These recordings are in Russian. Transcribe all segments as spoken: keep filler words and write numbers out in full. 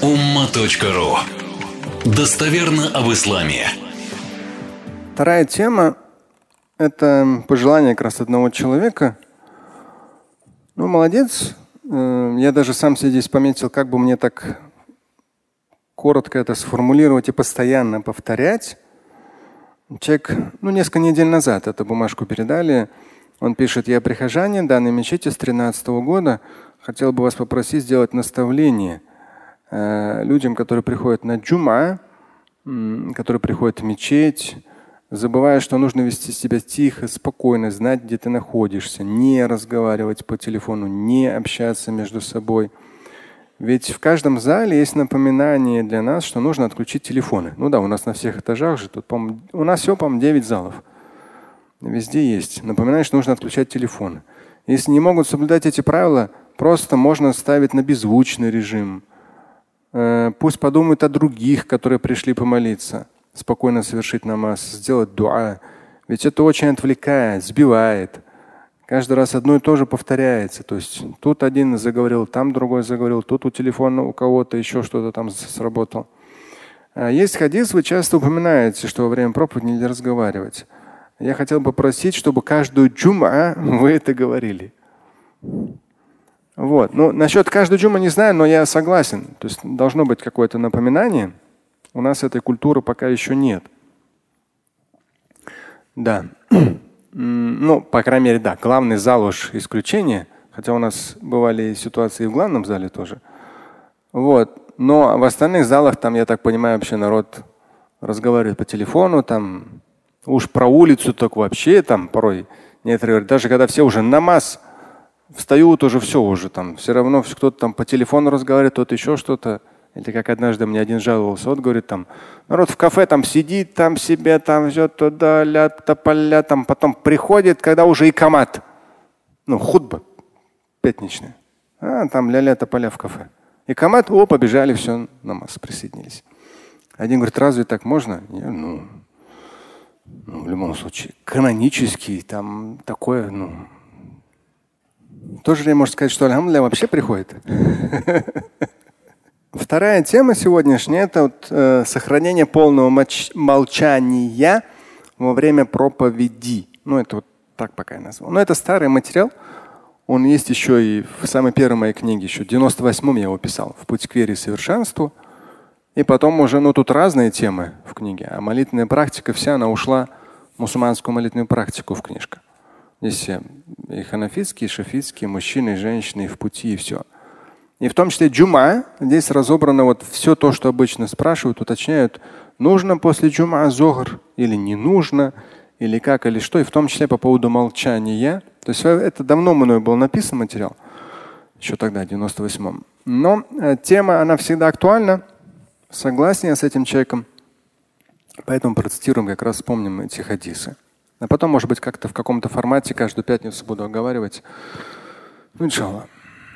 Умма.ру. Достоверно об исламе. Вторая тема – это пожелание как раз одного человека. Ну, молодец. Я даже сам себе здесь пометил, как бы мне так коротко это сформулировать и постоянно повторять. Человек, ну, несколько недель назад эту бумажку передали. Он пишет: я прихожанин данной мечети с тринадцатого года. Хотел бы вас попросить сделать наставление э, людям, которые приходят на джума, э, которые приходят в мечеть, забывая, что нужно вести себя тихо, спокойно, знать, где ты находишься, не разговаривать по телефону, не общаться между собой. Ведь в каждом зале есть напоминание для нас, что нужно отключить телефоны. Ну да, у нас на всех этажах же, тут, у нас всего, по-моему, девять залов. Везде есть. Напоминаю, что нужно отключать телефоны. Если не могут соблюдать эти правила, просто можно ставить на беззвучный режим. Пусть подумают о других, которые пришли помолиться. Спокойно совершить намаз, сделать дуа. Ведь это очень отвлекает, сбивает. Каждый раз одно и то же повторяется. То есть тут один заговорил, там другой заговорил, тут у телефона у кого-то еще что-то там сработало. Есть хадис, вы часто упоминаете, что во время проповеди нельзя разговаривать. Я хотел бы попросить, чтобы каждую джума вы это говорили. Вот. Ну, насчет каждой джума не знаю, но я согласен. То есть должно быть какое-то напоминание. У нас этой культуры пока еще нет. Да. Ну, по крайней мере, да. Главный зал уж исключение. Хотя у нас бывали ситуации и в главном зале тоже. Вот. Но в остальных залах, там, я так понимаю, вообще народ разговаривает по телефону. Там уж про улицу так вообще там порой некоторые говорят. Даже когда все уже намаз встают, уже все уже там. Все равно кто-то там по телефону разговаривает, кто-то еще что-то. Или как однажды мне один жаловался, вот говорит, там народ в кафе там сидит, там себе там все туда, ля, тополя, там потом приходит, когда уже икамат, ну хутба пятничная, а там ля-ля тополя в кафе. Икамат, о, побежали, все, намаз присоединились. Один говорит, разве так можно? Я, ну, ну, в любом случае, канонический, там такое, ну, в то же время можно сказать, что аль-хамдулилля вообще приходит. Вторая тема сегодняшняя – это вот, э, сохранение полного моч- молчания во время проповеди. Ну, это вот так пока я назвал. Но это старый материал. Он есть еще и в самой первой моей книге, еще в девяносто восьмом я его писал, «В путь к вере и совершенству». И потом уже, ну, тут разные темы в книге. А молитвенная практика вся, она ушла в мусульманскую молитвенную практику в книжках. Здесь и ханафитские, и шафитские, мужчины, и женщины, и в пути, и все. И в том числе джума, здесь разобрано вот все то, что обычно спрашивают, уточняют, нужно после джума зохр или не нужно, или как, или что, и в том числе по поводу молчания. То есть это давно мной был написан материал, еще тогда, в девяносто восьмом. Но э, тема, она всегда актуальна, согласен я с этим человеком, поэтому процитируем, как раз вспомним эти хадисы. А потом, может быть, как-то в каком-то формате каждую пятницу буду оговаривать. Ну, иншаллах.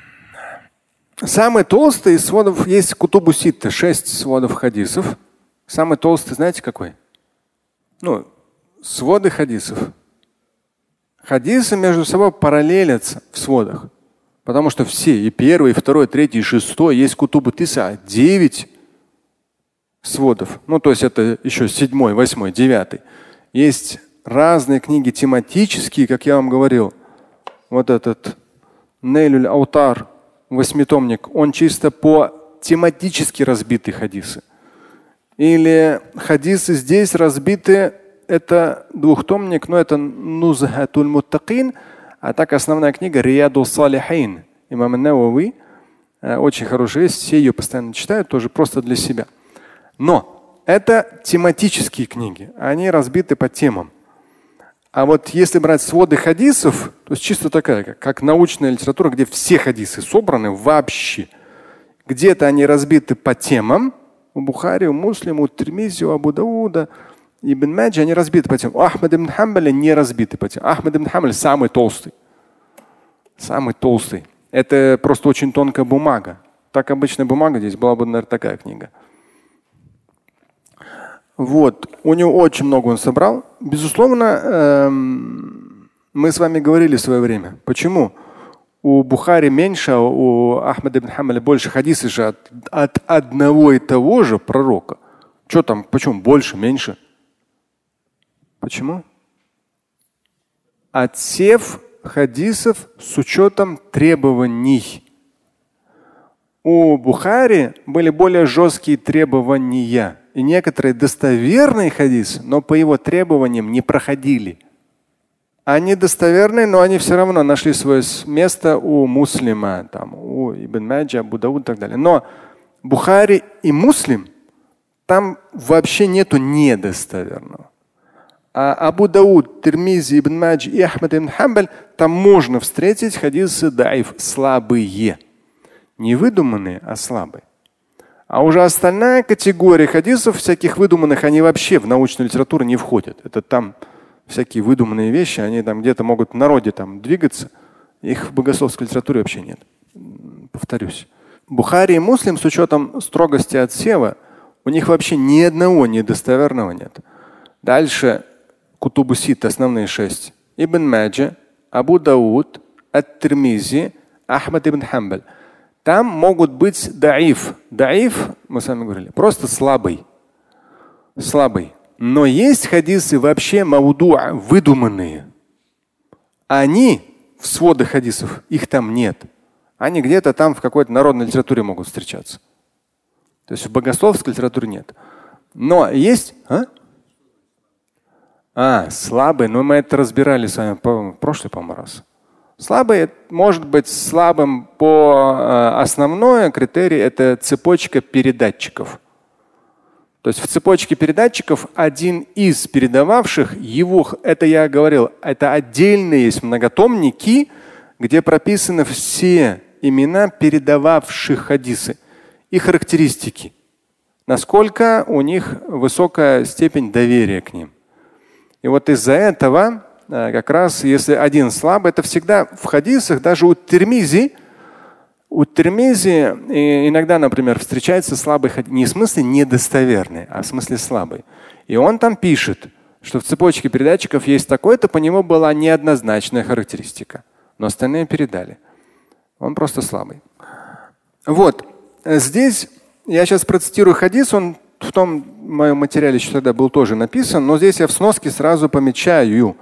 Самый толстый из сводов есть кутубу ситта, шесть сводов хадисов. Самый толстый, знаете какой? Ну, своды хадисов. Хадисы между собой параллелятся в сводах. Потому что все, и первый, и второй, и третий, и шестой, есть кутубу тиса, девять сводов. Ну, то есть это еще седьмой, восьмой, девятый. Есть разные книги тематические, как я вам говорил. Вот этот Нейлюль Аутар, восьмитомник, он чисто по тематически разбиты хадисы. Или хадисы здесь разбиты, это двухтомник, но это Нузхатуль Муттакин, а так основная книга Рияду Салихин. Имам ан-Навави, очень хорошая есть, все ее постоянно читают, тоже просто для себя. Но это тематические книги, они разбиты по темам. А вот если брать своды хадисов, то есть чисто такая, как, как научная литература, где все хадисы собраны вообще. Где-то они разбиты по темам. У Бухари, у Муслима, у Тирмизи, у Абу Дауда, Ибн Маджа, они разбиты по темам. У Ахмада ибн Хамбаля не разбиты по темам. Ахмад ибн Хамбаль самый толстый. Самый толстый. Это просто очень тонкая бумага. Так обычная бумага, здесь была бы, наверное, такая книга. Вот. У него очень много он собрал. Безусловно, эм, мы с вами говорили в свое время. Почему? у Бухари меньше, а у Ахмада ибн Хамбаля больше. Хадисы же от, от одного и того же пророка. Что там, почему больше, меньше? Почему? Отсев хадисов с учетом требований. У Бухари были более жесткие требования. И некоторые достоверные хадисы, но по его требованиям не проходили. Они достоверные, но они все равно нашли свое место у Муслима, там, у Ибн Маджа, Абу Дауд и так далее. Но Бухари и Муслим, там вообще нету недостоверного. А Абу Дауд, Тирмизи, Ибн Маджа и Ахмад ибн Хамбаль, там можно встретить хадисы даиф, слабые. Не выдуманные, а слабые. А уже остальная категория хадисов, всяких выдуманных, они вообще в научную литературу не входят. Это там всякие выдуманные вещи, они там где-то могут в народе там двигаться. Их в богословской литературе вообще нет. Повторюсь. Бухари и Муслим с учетом строгости отсева, у них вообще ни одного недостоверного нет. Дальше Кутубу Сит, основные шесть. Ибн Маджа, Абу Дауд, Ат-Тирмизи, Ахмад ибн Хамбаль. Там могут быть даиф. Даиф, мы с вами говорили, просто слабый. Слабый. Но есть хадисы вообще маудуа, выдуманные. Они в сводах хадисов, их там нет. Они где-то там в какой-то народной литературе могут встречаться. То есть в богословской литературе нет. Но есть… А, а слабый, но мы это разбирали с вами в прошлый, по-моему, раз. Слабый может быть слабым по основной критерий – это цепочка передатчиков. То есть в цепочке передатчиков один из передававших его, это я говорил, это отдельные есть многотомники, где прописаны все имена передававших хадисы и характеристики, насколько у них высокая степень доверия к ним. И вот из-за этого как раз, если один слабый, это всегда в хадисах, даже у Тирмизи, у Тирмизи иногда, например, встречается слабый хадис, не в смысле недостоверный, а в смысле слабый. И он там пишет, что в цепочке передатчиков есть такой-то, по нему была неоднозначная характеристика, но остальные передали. Он просто слабый. Вот. Здесь я сейчас процитирую хадис, он в том моем материале еще тогда был тоже написан, но здесь я в сноске сразу помечаю,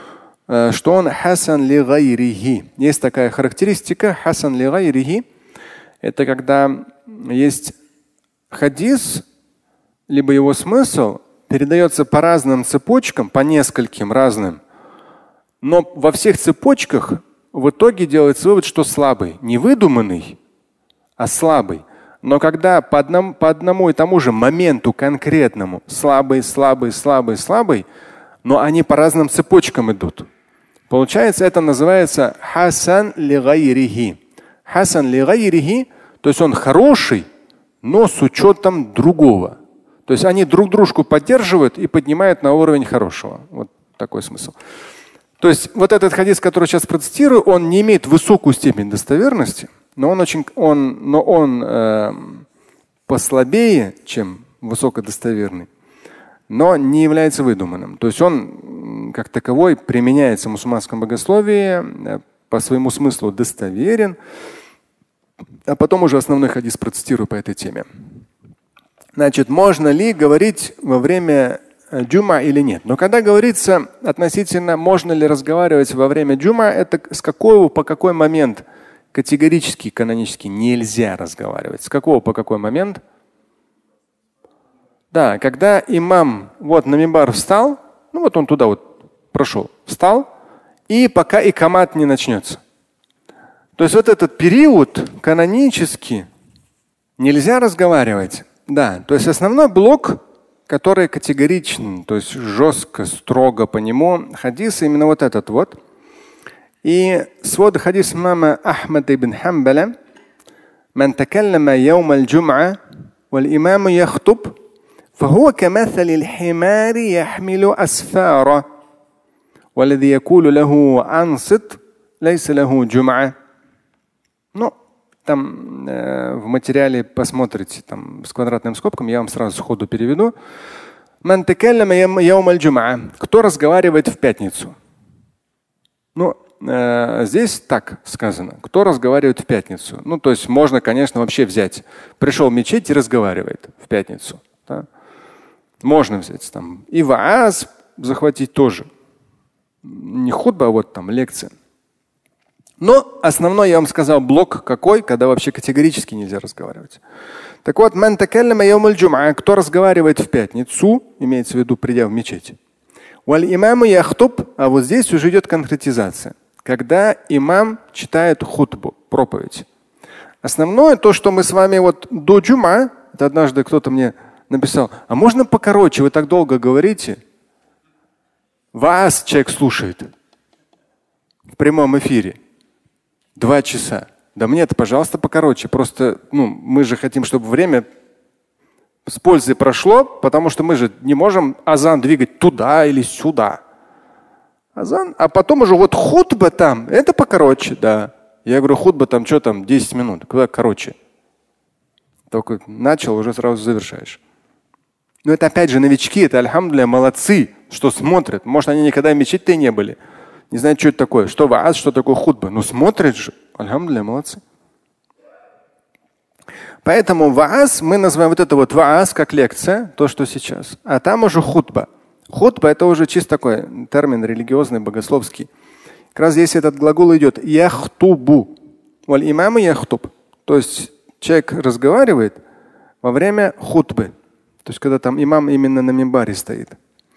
что он хасан ли гайрихи. Есть такая характеристика хасан ли гайрихи. Это когда есть хадис, либо его смысл передается по разным цепочкам, по нескольким разным, но во всех цепочках в итоге делается вывод, что слабый. Не выдуманный, а слабый. Но когда по одному, по одному и тому же моменту конкретному слабый, слабый, слабый, слабый, но они по разным цепочкам идут. Получается, это называется хасан ли гайрихи. Хасан ли гайрихи, то есть он хороший, но с учетом другого. То есть они друг дружку поддерживают и поднимают на уровень хорошего. Вот такой смысл. То есть вот этот хадис, который сейчас процитирую, он не имеет высокую степень достоверности, но он очень, он, но он э, послабее, чем высокодостоверный, но не является выдуманным. То есть он как таковой применяется в мусульманском богословии, по своему смыслу достоверен. А потом уже основной хадис процитирую по этой теме. Значит, можно ли говорить во время джума или нет? Но когда говорится относительно, можно ли разговаривать во время джума, это с какого по какой момент категорически, канонически нельзя разговаривать. С какого по какой момент? Да, когда имам вот на мимбар встал, ну вот он туда вот прошел, встал, и пока икамат не начнется. То есть вот этот период канонически нельзя разговаривать. Да, то есть основной блок, который категоричен, то есть жестко, строго по нему, хадис именно вот этот вот. И свод хадис имама Ахмад ибн Хамбаля: «Ман такаллама яум аль-джум'a валь-имаму яхтуб, фахуа камаthali аль-химари яхмилу асфара, валладhi якулу лаху ансит лайса лаху джум'a». Ну, там э, в материале посмотрите, там с квадратным скобком, я вам сразу сходу переведу. Ман такаллама яум аль-джум'a. Кто разговаривает в пятницу? Ну, э, здесь так сказано. Кто разговаривает в пятницу? Ну, то есть можно, конечно, вообще взять. Пришел в мечеть и разговаривает в пятницу. Да? Можно взять там. И вааз захватить тоже. Не хутба, а вот там лекция. Но основной, я вам сказал, блок какой, когда вообще категорически нельзя разговаривать. Так вот, ман такаллама яум аль-джум'a, кто разговаривает в пятницу, имеется в виду, придя в мечеть. Валь имаму яхтуб, а вот здесь уже идет конкретизация. Когда имам читает хутбу, проповедь. Основное то, что мы с вами вот до джум'a, это однажды кто-то мне написал, а можно покороче, вы так долго говорите? Вас человек слушает в прямом эфире. Два часа. Да мне-то, пожалуйста, покороче. Просто ну, мы же хотим, чтобы время с пользой прошло, потому что мы же не можем азан двигать туда или сюда. Азан, а потом уже вот хутба там, это покороче, да. Я говорю, хутба там, что там, десять минут, куда короче. Только начал, уже сразу завершаешь. Но это опять же новички, это альхамдулилля, молодцы, что смотрят. Может, они никогда в мечети не были. Не знают, что это такое. Что вааз, что такое хутба. Но смотрят же. Альхамдулилля, молодцы. Поэтому вааз, мы называем вот это вот вааз как лекция, то, что сейчас. А там уже хутба. Хутба это уже чисто такой термин религиозный, богословский. Как раз здесь этот глагол идет яхтубу. Валь имаму яхтуб. То есть человек разговаривает во время хутбы. То есть когда там имам именно на мимбаре стоит.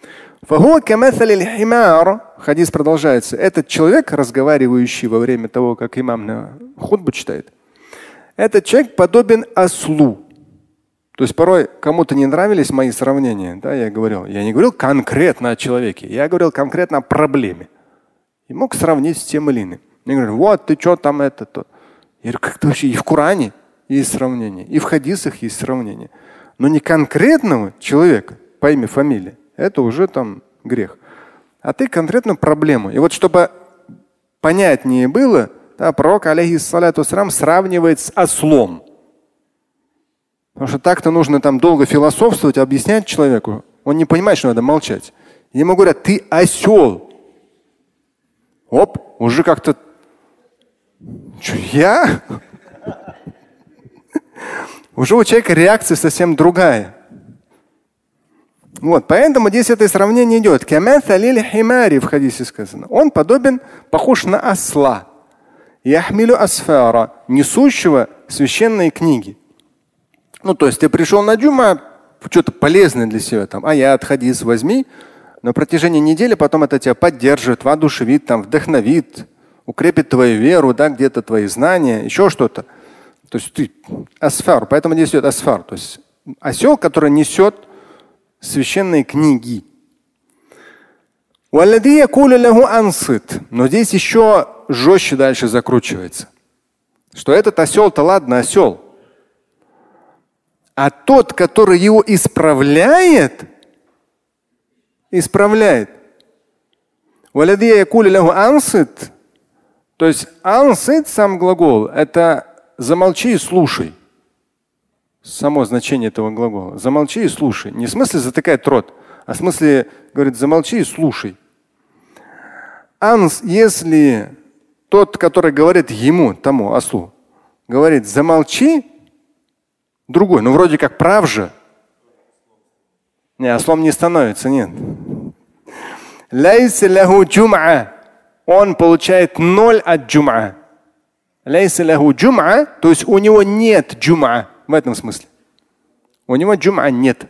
Хадис продолжается. Этот человек, разговаривающий во время того, как имам на хутбу читает, этот человек подобен ослу. То есть порой кому-то не нравились мои сравнения. Да, я говорил. Я не говорил конкретно о человеке, я говорил конкретно о проблеме. И мог сравнить с тем или иным. Мне говорят, вот ты что там это то. Я говорю, как-то вообще и в Коране есть сравнение, и в хадисах есть сравнение. Но не конкретного человека по имени, фамилии. Это уже там грех. А ты конкретно проблему. И вот чтобы понятнее было, да, пророк алейхиссалату вассалям сравнивает с ослом. Потому что так-то нужно там долго философствовать, объяснять человеку. Он не понимает, что надо молчать. Ему говорят, ты осел. Оп, уже как-то. Че, я? Уже у человека реакция совсем другая. Вот, поэтому здесь это сравнение идет. В хадисе сказано. Он подобен, похож на осла. Яхмилю асфара, несущего священные книги. Ну, то есть ты пришел на джума, что-то полезное для себя, там, аят, хадис возьми, на протяжении недели потом это тебя поддержит, воодушевит, там, вдохновит, укрепит твою веру, да, где-то твои знания, еще что-то. То есть ты асфар, поэтому здесь идет асфар, то есть осел, который несет священные книги. Но здесь еще жестче дальше закручивается. Что этот осел-то ладно, осел. А тот, который его исправляет, исправляет. То есть ансит, сам глагол, это замолчи и слушай. Само значение этого глагола. Замолчи и слушай. Не в смысле затыкать рот, а в смысле, говорит, замолчи и слушай. Анс, если тот, который говорит ему, тому ослу, говорит, замолчи, другой, ну вроде как прав же. Не, ослом не становится, нет. Он получает ноль от джум'a. То есть у него нет джум'a. В этом смысле. У него джум'a нет.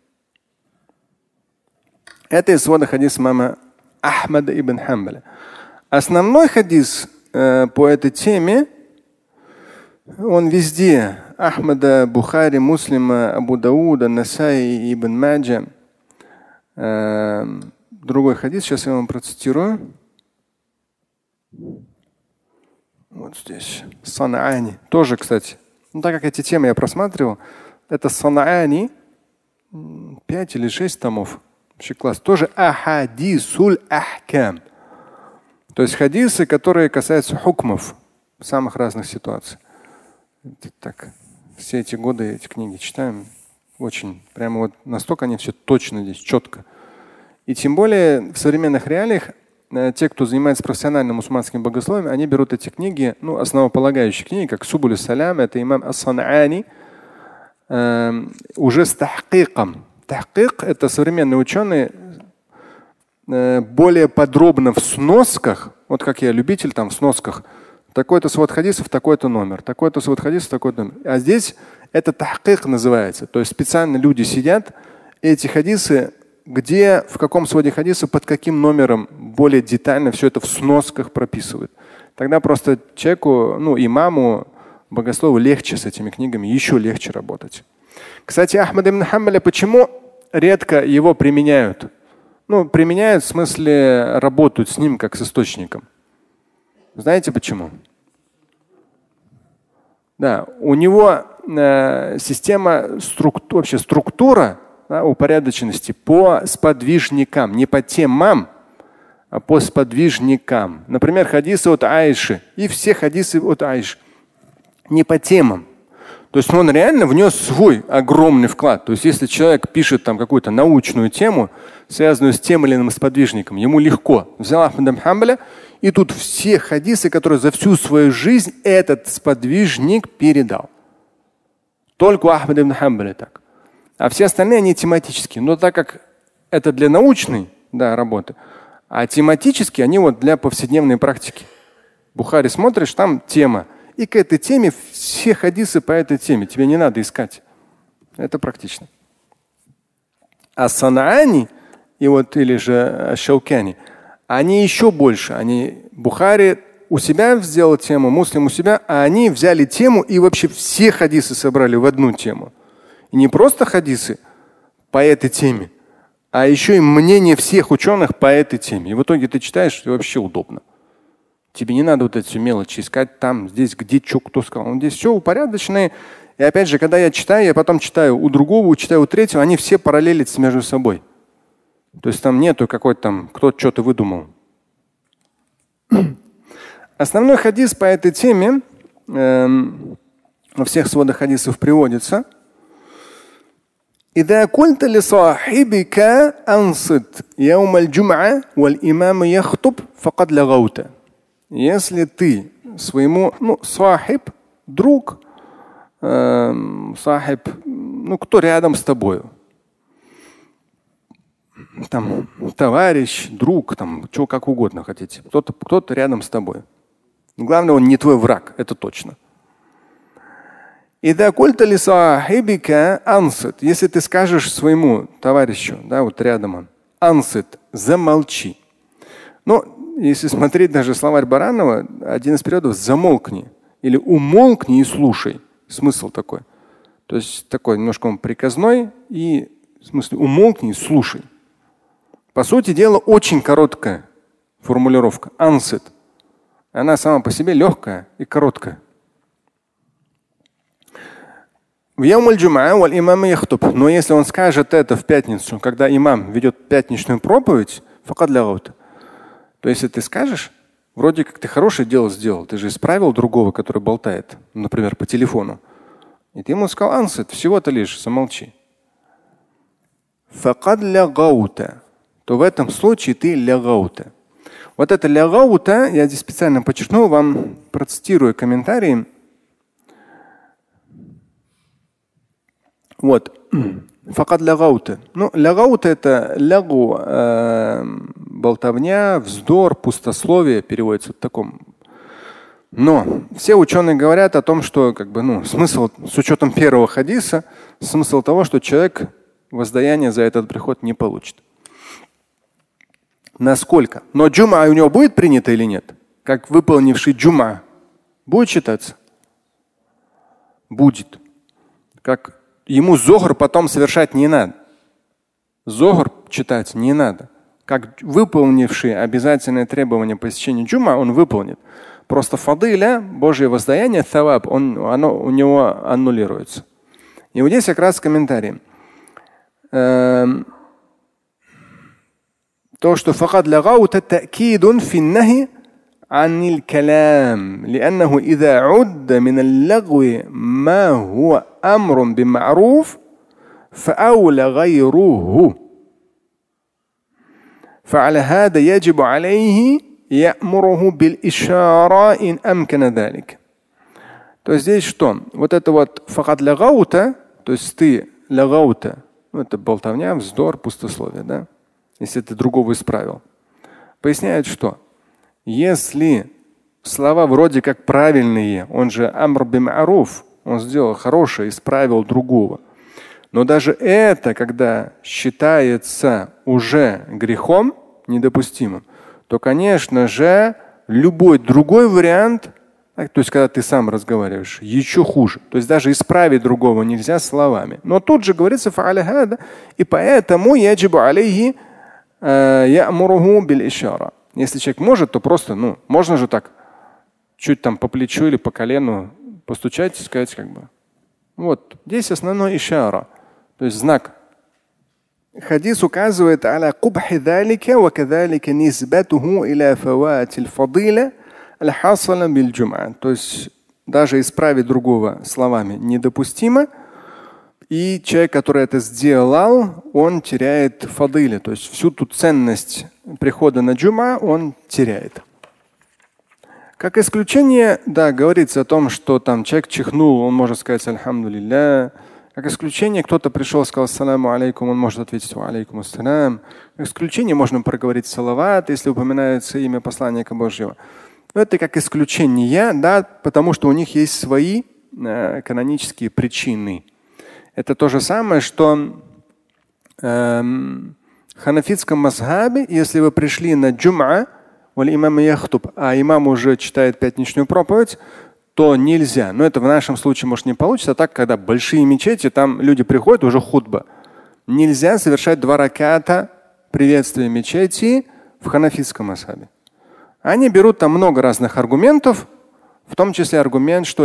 Это из свода хадис мама Ахмада ибн Хамбаля. Основной хадис э, по этой теме, он везде. Ахмада, Бухари, Муслима, Абу Дауда, Насаи, Ибн Маджа. Э, другой хадис, сейчас я вам процитирую. Вот здесь. Санаани. Тоже, кстати. Ну, так как эти темы я просматривал, это Санаани, пять или шесть томов. Вообще класс. Тоже ахадисуль ахкам. То есть хадисы, которые касаются хукмов в самых разных ситуациях. Это так, все эти годы эти книги читаем. Очень, прямо вот настолько они все точно здесь, четко. И тем более в современных реалиях те, кто занимается профессиональным мусульманским богословием, они берут эти книги, ну, основополагающие книги, как Субуль ас-Салям, это имам ас-Сан'ани, э, уже с тахкиком. Тахкик — это современные ученые э, более подробно в сносках, вот как я любитель там в сносках, такой-то свод хадисов, такой-то номер, такой-то свод хадисов, такой-то номер. А здесь это тахкик называется. То есть специально люди сидят, эти хадисы, где, в каком своде хадиса, под каким номером, более детально все это в сносках прописывают. Тогда просто человеку, ну, имаму, богослову легче с этими книгами, еще легче работать. Кстати, Ахмад ибн Хамбаля, почему редко его применяют? Ну, применяют в смысле работают с ним как с источником. Знаете почему? Да, у него э, система, структу, вообще структура, да, упорядоченности по сподвижникам, не по темам, а по сподвижникам. Например, хадисы от Аиши и все хадисы от Аиши. Не по темам. То есть он реально внес свой огромный вклад. То есть если человек пишет там какую-то научную тему, связанную с тем или иным сподвижником, ему легко. Взял Ахмад ибн Хамбаля, и тут все хадисы, которые за всю свою жизнь этот сподвижник передал. Только у Ахмада ибн Хамбаля так. А все остальные, они тематические. Но так как это для научной, да, работы, а тематические, они вот для повседневной практики. Бухари смотришь, там тема. И к этой теме все хадисы по этой теме. Тебе не надо искать. Это практично. А Сан'ани и вот или же Шаукани, они еще больше. Они Бухари у себя сделал тему, Муслим у себя, а они взяли тему и вообще все хадисы собрали в одну тему. И не просто хадисы по этой теме, а еще и мнение всех ученых по этой теме. И в итоге ты читаешь, и вообще удобно. Тебе не надо вот эти мелочи искать там, здесь, где, что, кто сказал. Здесь все упорядоченное. И опять же, когда я читаю, я потом читаю у другого, читаю у третьего, они все параллелятся между собой. То есть там нету какой-то там, кто-то что-то выдумал. Основной хадис по этой теме эм, во всех сводах хадисов приводится. إذا قلت لصاحبك أنصت يوم الجمعة والإمام يخطب فقد لغوت. Если ты своему, ну, сахиб, друг, э, сахиб, ну, кто рядом с тобой, там, товарищ, друг, там, что как угодно хотите, кто-то, кто-то рядом с тобой. Главное, он не твой враг, это точно. Если ты скажешь своему товарищу, да, вот рядом он, ансит, замолчи. Ну, если смотреть даже словарь Баранова, один из переводов замолкни или умолкни и слушай. Смысл такой. То есть такой немножко он приказной и в смысле умолкни и слушай. По сути дела, очень короткая формулировка. Ансит. Она сама по себе легкая и короткая. В яум аль-джум'a валь имам яхтуб. Но если он скажет это в пятницу, когда имам ведет пятничную проповедь, факад лягут. То есть, если ты скажешь, вроде как ты хорошее дело сделал, ты же исправил другого, который болтает, например, по телефону. И ты ему сказал ансит, всего-то лишь замолчи. Факад лягаута. То в этом случае ты лягаута. Вот это лягаута, я здесь специально подчеркнул, вам процитирую комментарии. Вот. Факад лягаута. Ну, лягаута это лягу, э, болтовня, вздор, пустословие переводится в таком. Но все ученые говорят о том, что как бы, ну, смысл с учетом первого хадиса, смысл того, что человек воздаяние за этот приход не получит. Насколько? Но джума у него будет принято или нет? Как выполнивший джума будет считаться? Будет. Как ему зохр потом совершать не надо. Зохр читать не надо. Как выполнивший обязательное требование посещения джума, он выполнит. Просто фадыля, Божье воздаяние, таваб, он, оно у него аннулируется. И вот здесь как раз комментарий. Эм, то, что факад лягаута та'кидун фи нахи عن الكلام لأنه إذا عد من اللغو ما هو أمر بمعروف فأولى غيره فعلى هذا يجب عليه يأمره بالإشارة إن أمكن ذلك. То есть здесь что? Вот это вот факат лягаута, то есть ты лягаута, ну это болтовня, вздор, пустословие, да? Если ты другого исправил. Поясняет, что если слова вроде как правильные, он же амр бимаруф, он сделал хорошее, исправил другого. Но даже это, когда считается уже грехом недопустимым, то, конечно же, любой другой вариант, то есть когда ты сам разговариваешь, еще хуже. То есть даже исправить другого нельзя словами. Но тут же говорится фа'аля, и поэтому яджибу алейхи я'муруху биль ишара. Если человек может, то просто, ну, можно же так чуть там по плечу или по колену постучать и сказать, как бы. Вот здесь основной ишара, то есть знак. Хадис указывает аля кубхи далика ва кадалика нисбатуху иля фаватил фадила аль-хасала биль джум'a. То есть даже исправить другого словами недопустимо. И человек, который это сделал, он теряет фадили, то есть всю ту ценность прихода на джум'a он теряет. Как исключение, да, говорится о том, что там человек чихнул, он может сказать альхамдулилля. Как исключение, кто-то пришел, сказал ассаламу алейкум, он может ответить ва алейкум ассалам. Как исключение можно проговорить салават, если упоминается имя посланника Божьего. Но это как исключение, да, потому что у них есть свои э, канонические причины. Это то же самое, что э, в ханафитском мазхабе, если вы пришли на джум'a, а имам уже читает пятничную проповедь, то нельзя. Но это в нашем случае может не получится. А так, когда большие мечети, там люди приходят, уже хутба. Нельзя совершать два раката приветствия мечети в ханафитском мазхабе. Они берут там много разных аргументов, в том числе аргумент, что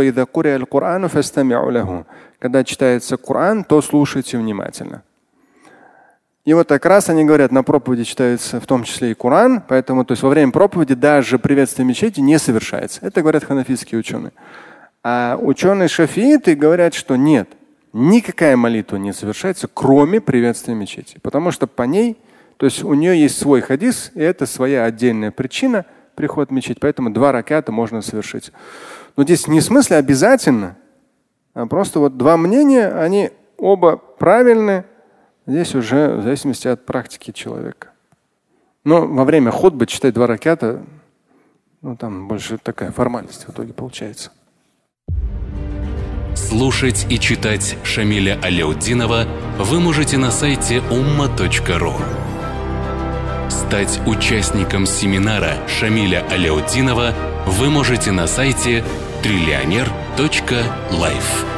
когда читается Коран, то слушайте внимательно. И вот как раз они говорят, на проповеди читается в том числе и Коран, поэтому то есть во время проповеди даже приветствие мечети не совершается. Это говорят ханафитские ученые. А ученые шафииты говорят, что нет, никакая молитва не совершается, кроме приветствия мечети. Потому что по ней, то есть у нее есть свой хадис, и это своя отдельная причина прихода в мечеть. Поэтому два раката можно совершить. Но здесь не в смысле обязательно, а просто вот два мнения, они оба правильны. Здесь уже в зависимости от практики человека. Но во время хутбы читать два раката, ну там больше такая формальность в итоге получается. Слушать и читать Шамиля Аляутдинова вы можете на сайте умма точка ру. Стать участником семинара Шамиля Аляутдинова вы можете на сайте триллионер точка лайф.